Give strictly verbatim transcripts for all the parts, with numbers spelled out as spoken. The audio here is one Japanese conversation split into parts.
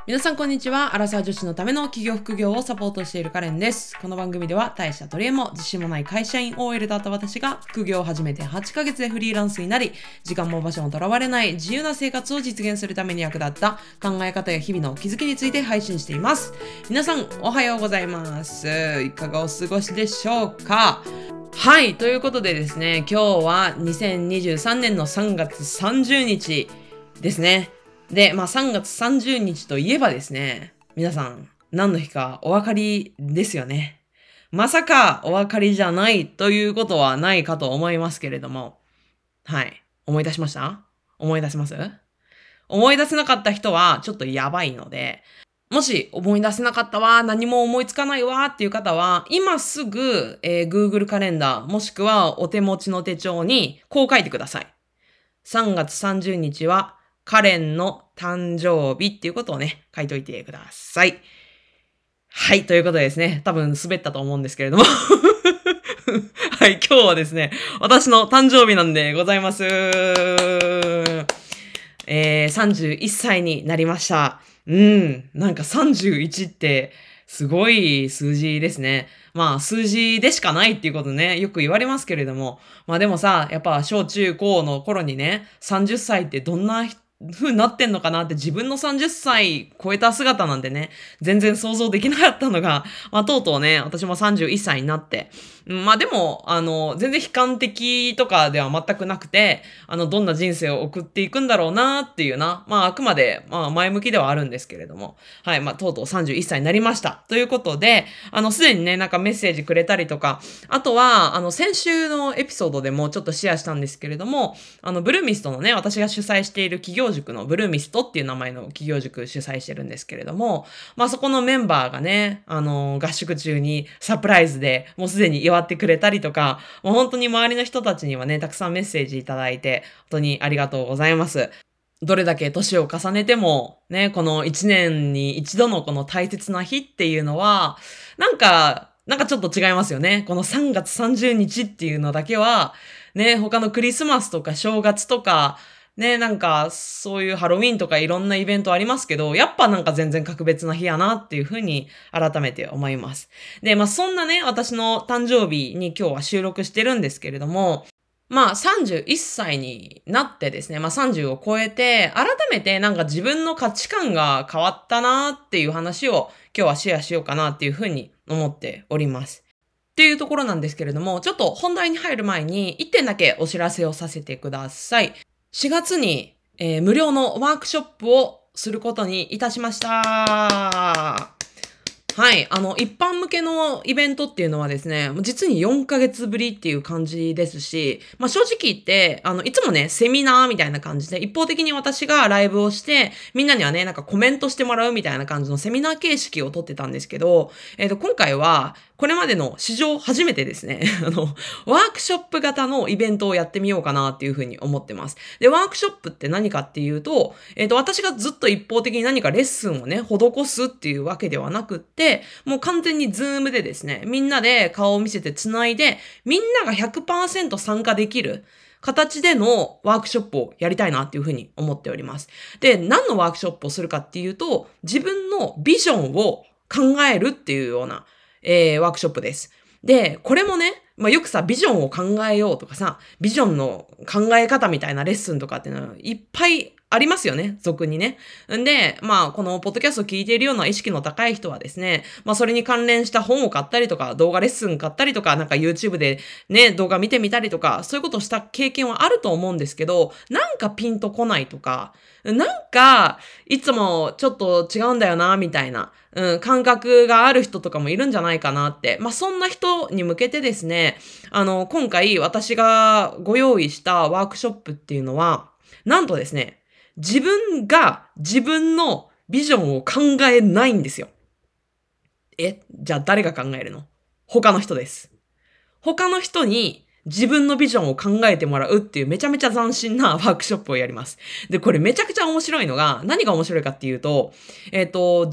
皆さんこんにちは。アラサー女子のための企業副業をサポートしているカレンです。この番組では大した取り柄も自信もない会社員 オーエル だった私が副業を始めてはちかげつでフリーランスになり、時間も場所もとらわれない自由な生活を実現するために役立った考え方や日々の気づきについて配信しています。皆さんおはようございます。いかがお過ごしでしょうか？はい、ということでですね、今日はにせんにじゅうさんねんのさんがつさんじゅうにちですね。で、まあさんがつさんじゅうにちといえばですね、皆さん何の日かお分かりですよね。まさかお分かりじゃないということはないかと思いますけれども、はい。思い出しました？思い出せます？思い出せなかった人はちょっとやばいので、もし思い出せなかったわ、何も思いつかないわっていう方は、今すぐ、えー Google カレンダーもしくはお手持ちの手帳にこう書いてください。さんがつさんじゅうにちはカレンの誕生日っていうことをね、書いといてください。はい、ということでですね、多分滑ったと思うんですけれども。はい、今日はですね、私の誕生日なんでございます。えー、さんじゅういっさいになりました。うん、なんかさんじゅういちってすごい数字ですね。まあ数字でしかないっていうことね、よく言われますけれども。まあでもさ、やっぱ小中高の頃にね、さんじゅっさいってどんな風になってんのかなって自分のさんじゅっさい超えた姿なんてね、全然想像できなかったのが、まあとうとうね、私もさんじゅういっさいになって、うん、まあでも、あの、全然悲観的とかでは全くなくて、あの、どんな人生を送っていくんだろうなっていうな、まああくまで、まあ前向きではあるんですけれども、はい、まあとうとうさんじゅういっさいになりました。ということで、あの、すでにね、なんかメッセージくれたりとか、あとは、あの、先週のエピソードでもちょっとシェアしたんですけれども、あの、ブルーミストのね、私が主催している企業塾のブルーミストっていう名前の企業塾主催してるんですけれども、まあそこのメンバーがね、あの、合宿中にサプライズでもうすでに祝ってくれたりとか、もう本当に周りの人たちにはね、たくさんメッセージいただいて、本当にありがとうございます。どれだけ年を重ねても、ね、この一年に一度のこの大切な日っていうのは、なんか、なんかちょっと違いますよね。このさんがつさんじゅうにちっていうのだけは、ね、他のクリスマスとか正月とか、ね、なんか、そういうハロウィンとかいろんなイベントありますけど、やっぱなんか全然格別な日やなっていうふうに改めて思います。で、まあそんなね、私の誕生日に今日は収録してるんですけれども、まあさんじゅういっさいになってですね、まあさんじゅうを超えて、改めてなんか自分の価値観が変わったなっていう話を今日はシェアしようかなっていうふうに思っております。っていうところなんですけれども、ちょっと本題に入る前にいってんだけお知らせをさせてください。しがつに、えー無料のワークショップをすることにいたしました。はい。あの、一般向けのイベントっていうのはですね、もう実によんかげつぶりっていう感じですし、まあ正直言って、あの、いつもね、セミナーみたいな感じで、一方的に私がライブをして、みんなにはね、なんかコメントしてもらうみたいな感じのセミナー形式をとってたんですけど、えっと、今回は、これまでの史上初めてですね、あの、ワークショップ型のイベントをやってみようかなっていうふうに思ってます。で、ワークショップって何かっていうと、えっと、私がずっと一方的に何かレッスンをね、施すっていうわけではなくって、もう完全にズームでですね、みんなで顔を見せて繋いで、みんなが ひゃくパーセント 参加できる形でのワークショップをやりたいなっていうふうに思っております。で、何のワークショップをするかっていうと、自分のビジョンを考えるっていうような、えー、ワークショップです。で、これもね、まあ、よくさ、ビジョンを考えようとかさ、ビジョンの考え方みたいなレッスンとかっていうのはいっぱいありますよね、俗にね。んで、まあ、このポッドキャストを聞いているような意識の高い人はですね、まあ、それに関連した本を買ったりとか、動画レッスン買ったりとか、なんか YouTube でね、動画見てみたりとか、そういうことをした経験はあると思うんですけど、なんかピンとこないとか、なんか、いつもちょっと違うんだよな、みたいな、うん、感覚がある人とかもいるんじゃないかなって。まあ、そんな人に向けてですね、あの、今回私がご用意したワークショップっていうのは、なんとですね、自分が自分のビジョンを考えないんですよ。え、じゃあ誰が考えるの？他の人です。他の人に自分のビジョンを考えてもらうっていうめちゃめちゃ斬新なワークショップをやります。で、これめちゃくちゃ面白いのが、何が面白いかっていうと、えっと、自分が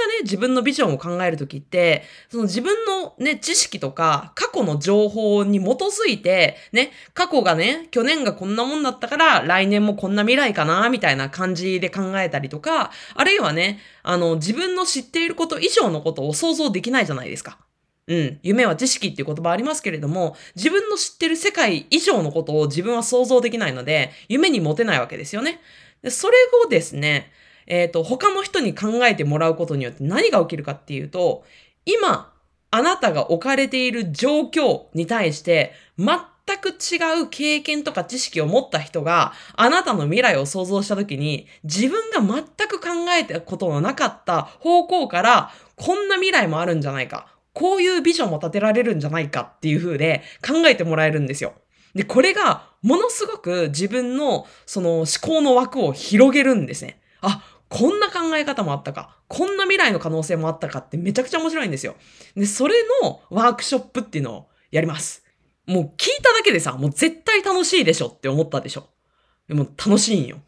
ね、自分のビジョンを考えるときって、その自分のね、知識とか、過去の情報に基づいて、ね、過去がね、去年がこんなもんだったから、来年もこんな未来かな、みたいな感じで考えたりとか、あるいはね、あの、自分の知っていること以上のことを想像できないじゃないですか。うん。夢は知識っていう言葉ありますけれども、自分の知ってる世界以上のことを自分は想像できないので、夢に持てないわけですよね。でそれをですね、えっと、他の人に考えてもらうことによって何が起きるかっていうと、今、あなたが置かれている状況に対して、全く違う経験とか知識を持った人があなたの未来を想像したときに、自分が全く考えたことのなかった方向からこんな未来もあるんじゃないか、こういうビジョンも立てられるんじゃないかっていう風で考えてもらえるんですよ。で、これがものすごく自分のその思考の枠を広げるんですね。あ、こんな考え方もあったか。こんな未来の可能性もあったかってめちゃくちゃ面白いんですよ。で、それのワークショップっていうのをやります。もう聞いただけでさ、もう絶対楽しいでしょって思ったでしょ。でも楽しいんよ。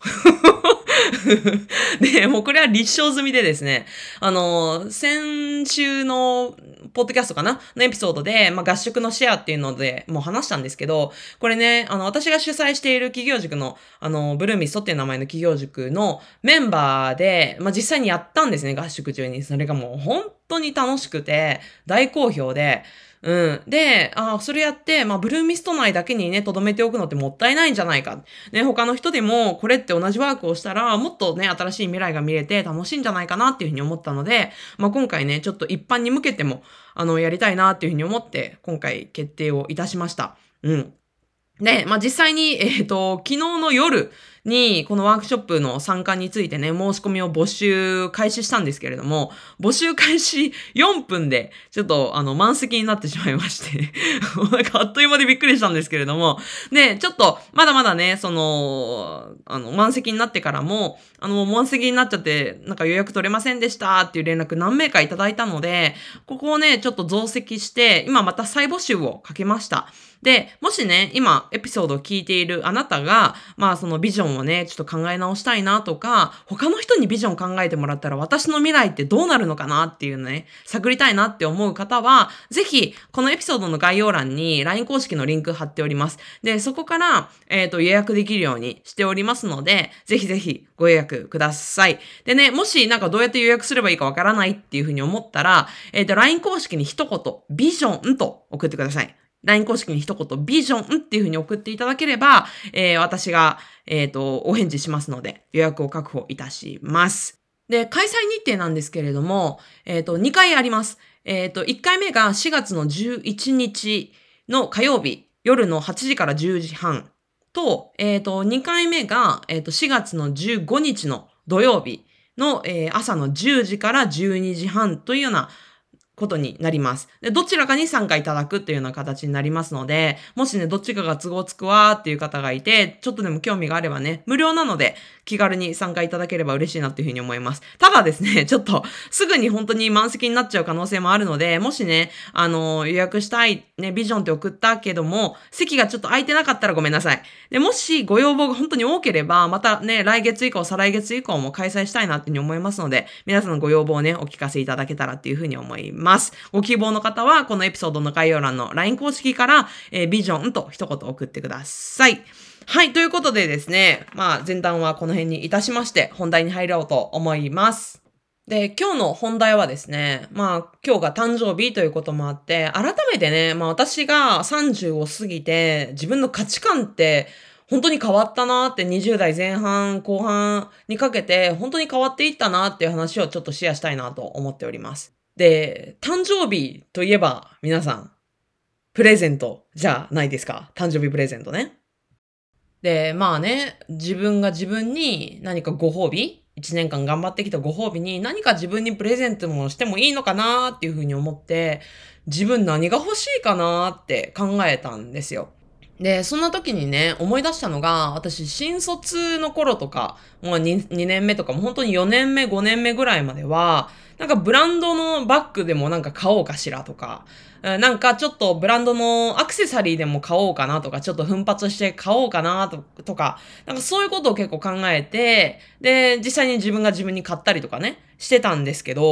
で、もうこれは立証済みでですね、あの、先週のポッドキャストかなのエピソードで、まあ、合宿のシェアっていうのでもう話したんですけど、これね、あの、私が主催している企業塾の、あの、ブルーミストっていう名前の企業塾のメンバーで、まあ、実際にやったんですね、合宿中に。それがもう本当に楽しくて、大好評で、うん。で、ああ、それやって、まあ、ブルーミスト内だけにね、留めておくのってもったいないんじゃないか。ね、他の人でも、これって同じワークをしたら、もっとね、新しい未来が見れて楽しいんじゃないかなっていうふうに思ったので、まあ、今回ね、ちょっと一般に向けても、あの、やりたいなっていうふうに思って、今回決定をいたしました。うん。で、まあ、実際に、えっと、昨日の夜に、このワークショップの参加についてね、申し込みを募集開始したんですけれども、募集開始よんぷんで、ちょっと、あの、満席になってしまいましてなんかあっという間でびっくりしたんですけれども、で、ちょっと、まだまだね、その、あの、満席になってからも、あの、満席になっちゃって、なんか予約取れませんでしたっていう連絡何名かいただいたので、ここをね、ちょっと増席して、今また再募集をかけました。で、もしね、今、エピソードを聞いているあなたが、まあ、そのビジョンをね、ちょっと考え直したいなとか、他の人にビジョン考えてもらったら私の未来ってどうなるのかなっていうね、探りたいなって思う方は、ぜひ、このエピソードの概要欄に ライン 公式のリンク貼っております。で、そこから、えっと、予約できるようにしておりますので、ぜひぜひご予約ください。でね、もしなんかどうやって予約すればいいかわからないっていうふうに思ったら、えっと、ライン 公式に一言、ビジョンと送ってください。ライン 公式に一言、ビジョンっていう風に送っていただければ、えー、私が、えっと、お返事しますので、予約を確保いたします。で、開催日程なんですけれども、えっと、にかいあります。えっと、いっかいめがしがつのじゅういちにちの火曜日、夜のはちじからじゅうじはんと、えっと、にかいめが、えっと、しがつのじゅうごにちの土曜日の、えー、朝のじゅうじからじゅうにじはんというようなことになります。で、どちらかに参加いただくっていうような形になりますので、もしね、どっちかが都合つくわーっていう方がいて、ちょっとでも興味があればね、無料なので気軽に参加いただければ嬉しいなっていうふうに思います。ただですね、ちょっとすぐに本当に満席になっちゃう可能性もあるので、もしね、あの、予約したい、ね、ビジョンって送ったけども、席がちょっと空いてなかったらごめんなさい。で、もしご要望が本当に多ければ、またね、来月以降、再来月以降も開催したいなっていうふうに思いますので、皆さんのご要望をね、お聞かせいただけたらっていうふうに思います。ご希望の方は、このエピソードの概要欄の ライン 公式から、えー、ビジョンと一言送ってください。はい、ということでですね、まあ、前段はこの辺にいたしまして、本題に入ろうと思います。で、今日の本題はですね、まあ、今日が誕生日ということもあって、改めてね、まあ私がさんじゅうを過ぎて、自分の価値観って、本当に変わったなーってにじゅう代前半後半にかけて本当に変わっていったなっていう話をちょっとシェアしたいなと思っております。で、誕生日といえば皆さん、プレゼントじゃないですか。誕生日プレゼントね。で、まあね、自分が自分に何かご褒美一年間頑張ってきたご褒美に何か自分にプレゼントもしてもいいのかなっていうふうに思って、自分何が欲しいかなって考えたんですよ。で、そんな時にね、思い出したのが、私、新卒の頃とか、もう 2, にねんめとかも本当によねんめ、ごねんめぐらいまでは、なんかブランドのバッグでもなんか買おうかしらとか、なんかちょっとブランドのアクセサリーでも買おうかなとか、ちょっと奮発して買おうかなととか、なんかそういうことを結構考えて、で、実際に自分が自分に買ったりとかね、してたんですけど、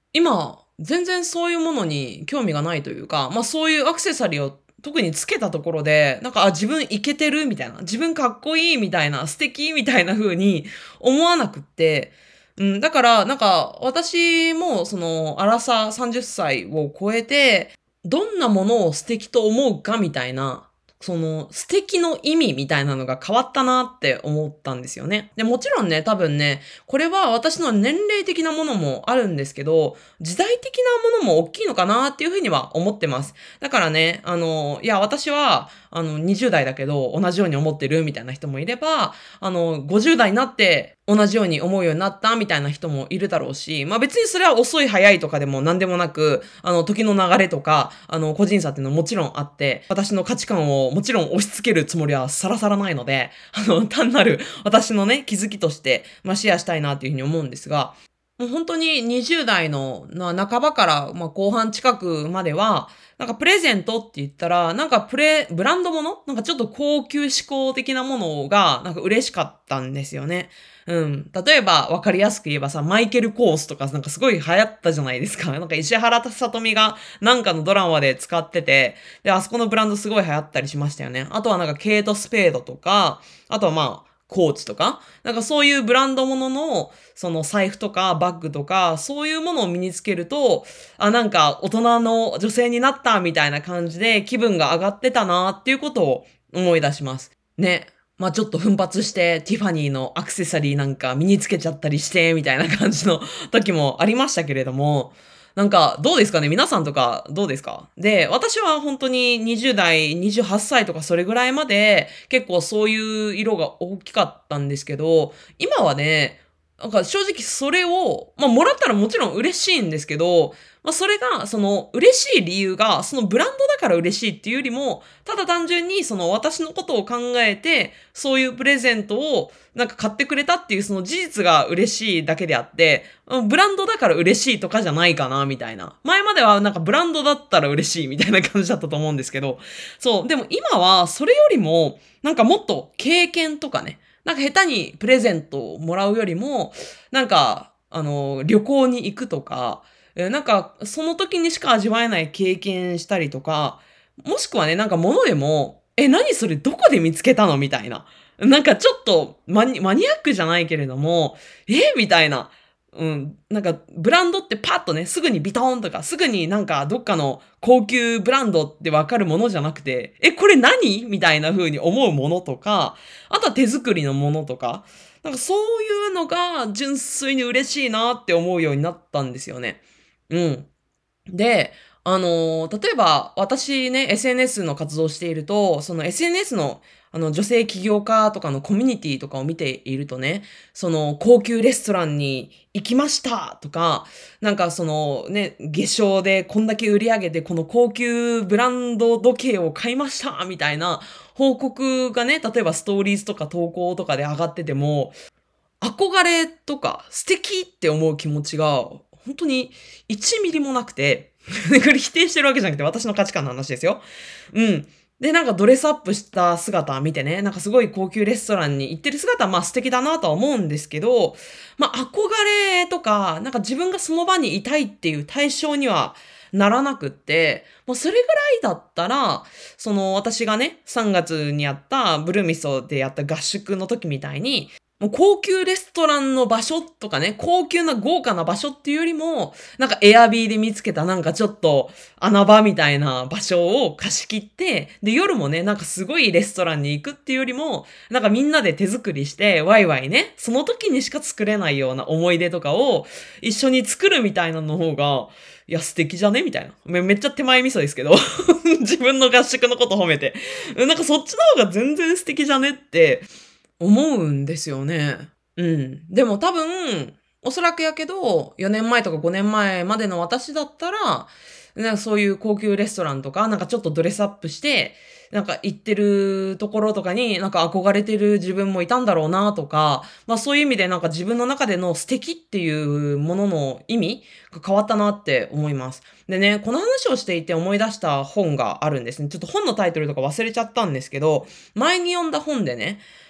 今、全然そういうものに興味がないというか、ま、そういうアクセサリーを特につけたところで、なんか、あ、自分イケてるみたいな、自分かっこいいみたいな、素敵みたいな風に思わなくって、うん、だから、なんか、私もその、アラサーさんじゅっさいを超えて、どんなものを素敵と思うかみたいな、その、素敵の意味みたいなのが変わったなって思ったんですよね。で、もちろんね、多分ね、これは私の年齢的なものもあるんですけど、時代的なものも大きいのかなっていうふうには思ってます。だからね、あの、いや、私は、あの、にじゅう代だけど、同じように思ってるみたいな人もいれば、あの、ごじゅう代になって同じように思うようになったみたいな人もいるだろうし、まあ別にそれは遅い早いとかでも何でもなく、あの、時の流れとか、あの、個人差っていうのはもちろんあって、私の価値観をもちろん押し付けるつもりはさらさらないので、あの、単なる私のね、気づきとして、まあシェアしたいなっていうふうに思うんですが、もう本当ににじゅう代のな半ばから、まあ、後半近くまでは、なんかプレゼントって言ったら、なんかプレ、ブランドものなんかちょっと高級志向的なものが、なんか嬉しかったんですよね。うん。例えば、わかりやすく言えばさ、マイケルコースとかなんかすごい流行ったじゃないですか。なんか石原さとみがなんかのドラマで使ってて、で、あそこのブランドすごい流行ったりしましたよね。あとはなんかケイト・スペードとか、あとはまあ、コーチとか、なんかそういうブランドものの、その財布とかバッグとか、そういうものを身につけると、あ、なんか大人の女性になったみたいな感じで気分が上がってたなっていうことを思い出します。ね。まあちょっと奮発してティファニーのアクセサリーなんか身につけちゃったりして、みたいな感じの時もありましたけれども、なんかどうですかね、皆さんとかどうですか？で、私は本当ににじゅう代、にじゅうはっさいとかそれぐらいまで結構そういう色が大きかったんですけど、今はね、なんか正直それを、まあもらったらもちろん嬉しいんですけど、まあそれが、その嬉しい理由が、そのブランドだから嬉しいっていうよりも、ただ単純にその私のことを考えて、そういうプレゼントをなんか買ってくれたっていうその事実が嬉しいだけであって、ブランドだから嬉しいとかじゃないかな、みたいな。前まではなんかブランドだったら嬉しいみたいな感じだったと思うんですけど、そう、でも今はそれよりも、なんかもっと経験とかね、なんか下手にプレゼントをもらうよりも、なんか、あの、旅行に行くとか、えなんか、その時にしか味わえない経験したりとか、もしくはね、なんか物でも、え、何それどこで見つけたのみたいな。なんかちょっとマニマニアックじゃないけれども、えみたいな。うん。なんか、ブランドってパッとね、すぐにビトーンとか、すぐになんかどっかの高級ブランドってわかるものじゃなくて、え、これ何みたいな風に思うものとか、あとは手作りのものとか、なんかそういうのが純粋に嬉しいなって思うようになったんですよね。うん。で、あの、例えば私ね、エスエヌエス の活動をしていると、その エスエヌエス のあの女性起業家とかのコミュニティとかを見ているとね、その高級レストランに行きましたとか、なんかそのね、月賞でこんだけ売り上げてこの高級ブランド時計を買いましたみたいな報告がね、例えばストーリーズとか投稿とかで上がってても、憧れとか素敵って思う気持ちが本当にいちミリもなくて、これ否定してるわけじゃなくて私の価値観の話ですよ。うん。で、なんかドレスアップした姿見てね、なんかすごい高級レストランに行ってる姿はまあ素敵だなとは思うんですけど、まあ憧れとか、なんか自分がその場にいたいっていう対象にはならなくって、もうそれぐらいだったら、その私がね、さんがつにやったブルーミソでやった合宿の時みたいに、もう高級レストランの場所とかね、高級な豪華な場所っていうよりも、なんかエアビーで見つけたなんかちょっと穴場みたいな場所を貸し切って、で夜もね、なんかすごいレストランに行くっていうよりも、なんかみんなで手作りして、ワイワイね、その時にしか作れないような思い出とかを一緒に作るみたいなの方が、いや素敵じゃねみたいな。めめっちゃ手前味噌ですけど。自分の合宿のこと褒めて。なんかそっちの方が全然素敵じゃねって思うんですよね。うん。でも多分、おそらくやけど、よねんまえとかごねんまえまでの私だったら、なんかそういう高級レストランとか、なんかちょっとドレスアップして、なんか行ってるところとかになんか憧れてる自分もいたんだろうなとか、まあそういう意味でなんか自分の中での素敵っていうものの意味が変わったなって思います。でね、この話をしていて思い出した本があるんですね。ちょっと本のタイトルとか忘れちゃったんですけど、前に読んだ本でね、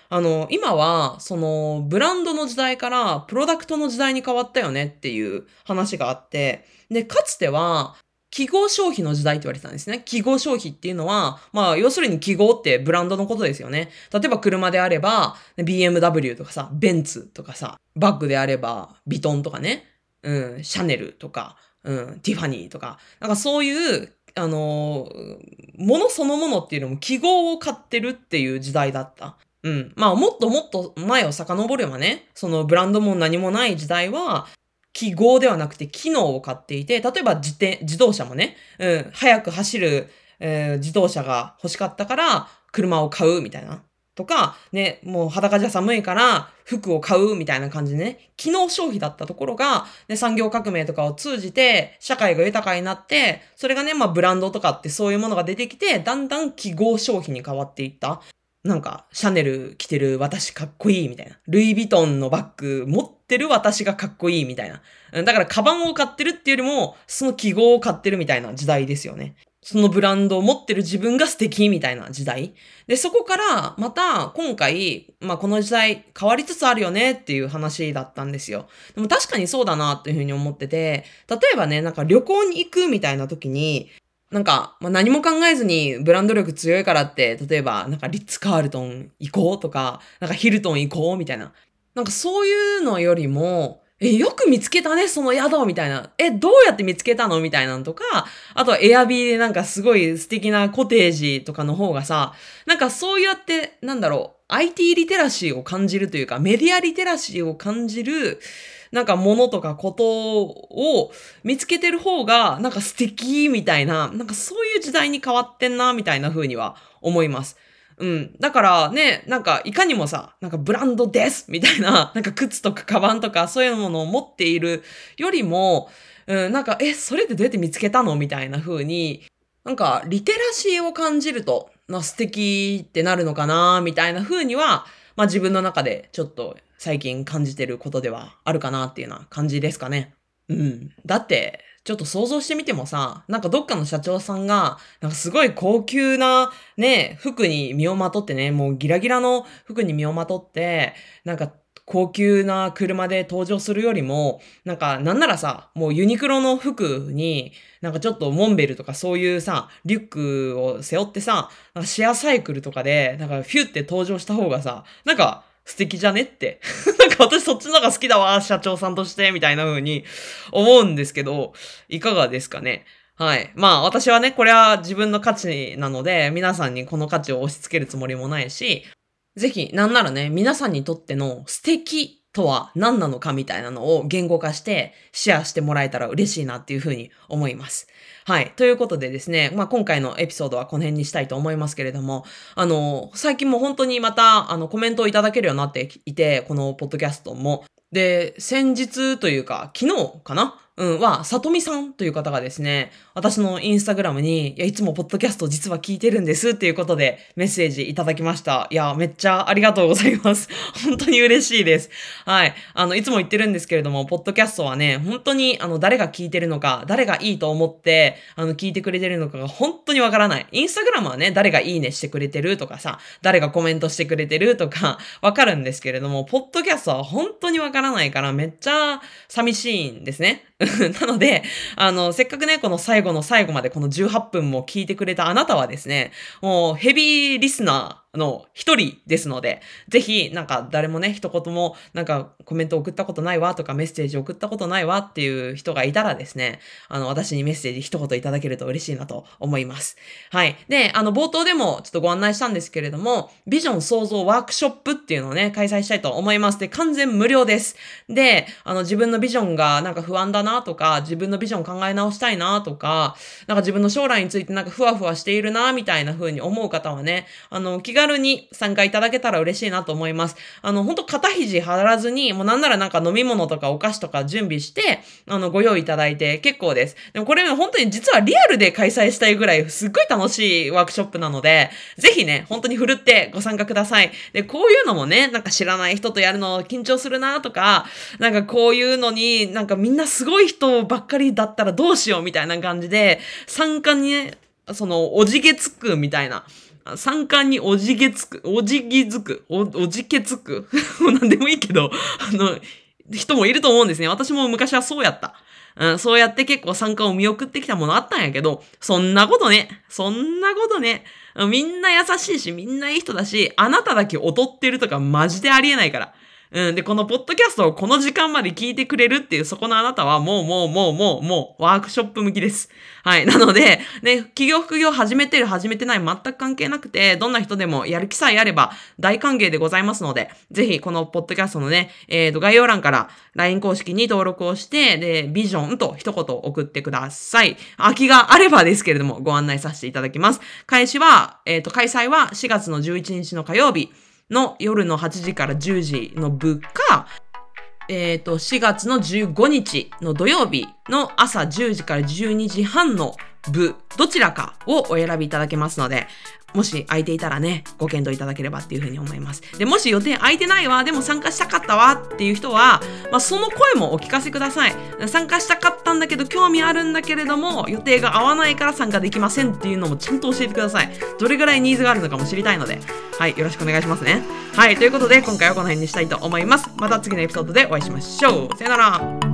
あの、今は、その、ブランドの時代からプロダクトの時代に変わったよねっていう話があって、で、かつては、記号消費の時代って言われてたんですね。記号消費っていうのは、まあ、要するに記号ってブランドのことですよね。例えば車であれば、ビーエムダブリュー とかさ、ベンツとかさ、バッグであれば、ビトンとかね、うん、シャネルとか、うん、ティファニーとか、なんかそういう、あのー、ものそのものっていうのも記号を買ってるっていう時代だった。うん。まあ、もっともっと前を遡ればね、そのブランドも何もない時代は、記号ではなくて機能を買っていて、例えば自転、自動車もね、うん、速く走る、えー自動車が欲しかったから、車を買うみたいな。とか、ね、もう裸じゃ寒いから服を買うみたいな感じでね、機能消費だったところが、ね、産業革命とかを通じて社会が豊かになって、それがね、まあブランドとかってそういうものが出てきて、だんだん記号消費に変わっていった。なんか、シャネル着てる私かっこいいみたいな。ルイ・ヴィトンのバッグ持ってる私がかっこいいみたいな。うんだから、カバンを買ってるっていうよりも、その記号を買ってるみたいな時代ですよね。そのブランドを持ってる自分が素敵みたいな時代。で、そこから、また、今回、まあ、この時代変わりつつあるよねっていう話だったんですよ。でも確かにそうだなっていうふうに思ってて、例えばね、なんか旅行に行くみたいな時に、なんか、まあ、何も考えずにブランド力強いからって、例えば、なんかリッツ・カールトン行こうとか、なんかヒルトン行こうみたいな。なんかそういうのよりも、え、よく見つけたね、その宿みたいな。え、どうやって見つけたのみたいなのとか、あとはエアビーでなんかすごい素敵なコテージとかの方がさ、なんかそうやって、なんだろう、アイティー リテラシーを感じるというか、メディアリテラシーを感じる、なんかものとかことを見つけてる方が、なんか素敵みたいな、なんかそういう時代に変わってんな、みたいな風には思います。うん。だからね、なんかいかにもさ、なんかブランドですみたいな、なんか靴とかカバンとかそういうものを持っているよりも、うん、なんか、え、それってどうやって見つけたのみたいな風に、なんかリテラシーを感じると、な素敵ってなるのかな、みたいな風には、まあ自分の中でちょっと最近感じてることではあるかなっていうような感じですかね。うん。だって、ちょっと想像してみてもさ、なんかどっかの社長さんが、なんかすごい高級なね、服に身をまとってね、もうギラギラの服に身をまとって、なんか高級な車で登場するよりも、なんかなんならさ、もうユニクロの服に、なんかちょっとモンベルとかそういうさ、リュックを背負ってさ、なんかシェアサイクルとかで、なんかフューって登場した方がさ、なんか素敵じゃねって。なんか私そっちの方が好きだわ、社長さんとして、みたいな風に思うんですけど、いかがですかね。はい。まあ私はね、これは自分の価値なので、皆さんにこの価値を押し付けるつもりもないし、ぜひ、なんならね、皆さんにとっての素敵とは何なのかみたいなのを言語化してシェアしてもらえたら嬉しいなっていうふうに思います。はい。ということでですね、まあ今回のエピソードはこの辺にしたいと思いますけれども、あの、最近も本当にまた、あの、コメントをいただけるようになっていて、このポッドキャストも。で、先日というか、昨日かなうん、は、さとみさんという方がですね、私のインスタグラムに、いや、いつもポッドキャスト実は聞いてるんですっていうことでメッセージいただきました。いや、めっちゃありがとうございます。本当に嬉しいです。はい。あの、いつも言ってるんですけれども、ポッドキャストはね、本当に、あの、誰が聞いてるのか、誰がいいと思って、あの、聞いてくれてるのかが本当にわからない。インスタグラムはね、誰がいいねしてくれてるとかさ、誰がコメントしてくれてるとか、わかるんですけれども、ポッドキャストは本当にわからないから、めっちゃ寂しいんですね。なので、あの、せっかくね、この最後の最後までこのじゅうはっぷんも聞いてくれたあなたはですね、もうヘビーリスナーの一人ですので、ぜひ、なんか誰もね、一言もなんかコメント送ったことないわとかメッセージ送ったことないわっていう人がいたらですね、あの、私にメッセージ一言いただけると嬉しいなと思います。はい。で、あの、冒頭でもちょっとご案内したんですけれども、ビジョン創造ワークショップっていうのをね、開催したいと思います。で、完全無料です。で、あの、自分のビジョンがなんか不安だなとか、自分のビジョン考え直したいなとか、なんか自分の将来についてなんかふわふわしているなみたいな風に思う方はね、あの、気軽に参加いただけたら嬉しいなと思います。あの、ほんと肩肘張らずに、もうなんならなんか飲み物とかお菓子とか準備して、あの、ご用意いただいて結構です。でもこれね、本当に実はリアルで開催したいぐらいすっごい楽しいワークショップなので、ぜひね、本当に振るってご参加ください。で、こういうのもね、なんか知らない人とやるの緊張するなとか、なんかこういうのになんかみんなすごい人ばっかりだったらどうしようみたいな感じで、参加にね、その、おじけつくみたいな、 参観におじげつく、おじぎづく、お、おじけつくなんでもいいけど、あの、人もいると思うんですね。私も昔はそうやった。うん、そうやって結構参加を見送ってきたものあったんやけど、そんなことね。そんなことね。みんな優しいし、みんないい人だし、あなただけ劣ってるとかマジでありえないから。うん。で、このポッドキャストをこの時間まで聞いてくれるっていうそこのあなたはもうもうもうもうもうワークショップ向きです。はい。なので、ね、企業副業始めてる始めてない全く関係なくて、どんな人でもやる気さえあれば大歓迎でございますので、ぜひこのポッドキャストのね、えーと、概要欄から ライン 公式に登録をして、で、ビジョンと一言送ってください。空きがあればですけれども、ご案内させていただきます。開始は、えーと、開催はしがつのじゅういちにちの火曜日、の夜のはちじからじゅうじの部か、えっと、しがつのじゅうごにちの土曜日の朝じゅうじからじゅうにじはんの部、どちらかをお選びいただけますので、もし空いていたらね、ご検討いただければっていうふうに思います。で、もし予定空いてないわ、でも参加したかったわっていう人は、まあ、その声もお聞かせください。参加したかったんだけど、興味あるんだけれども、予定が合わないから参加できませんっていうのもちゃんと教えてください。どれぐらいニーズがあるのかも知りたいので、はい、よろしくお願いしますね。はい、ということで、今回はこの辺にしたいと思います。また次のエピソードでお会いしましょう。さよなら。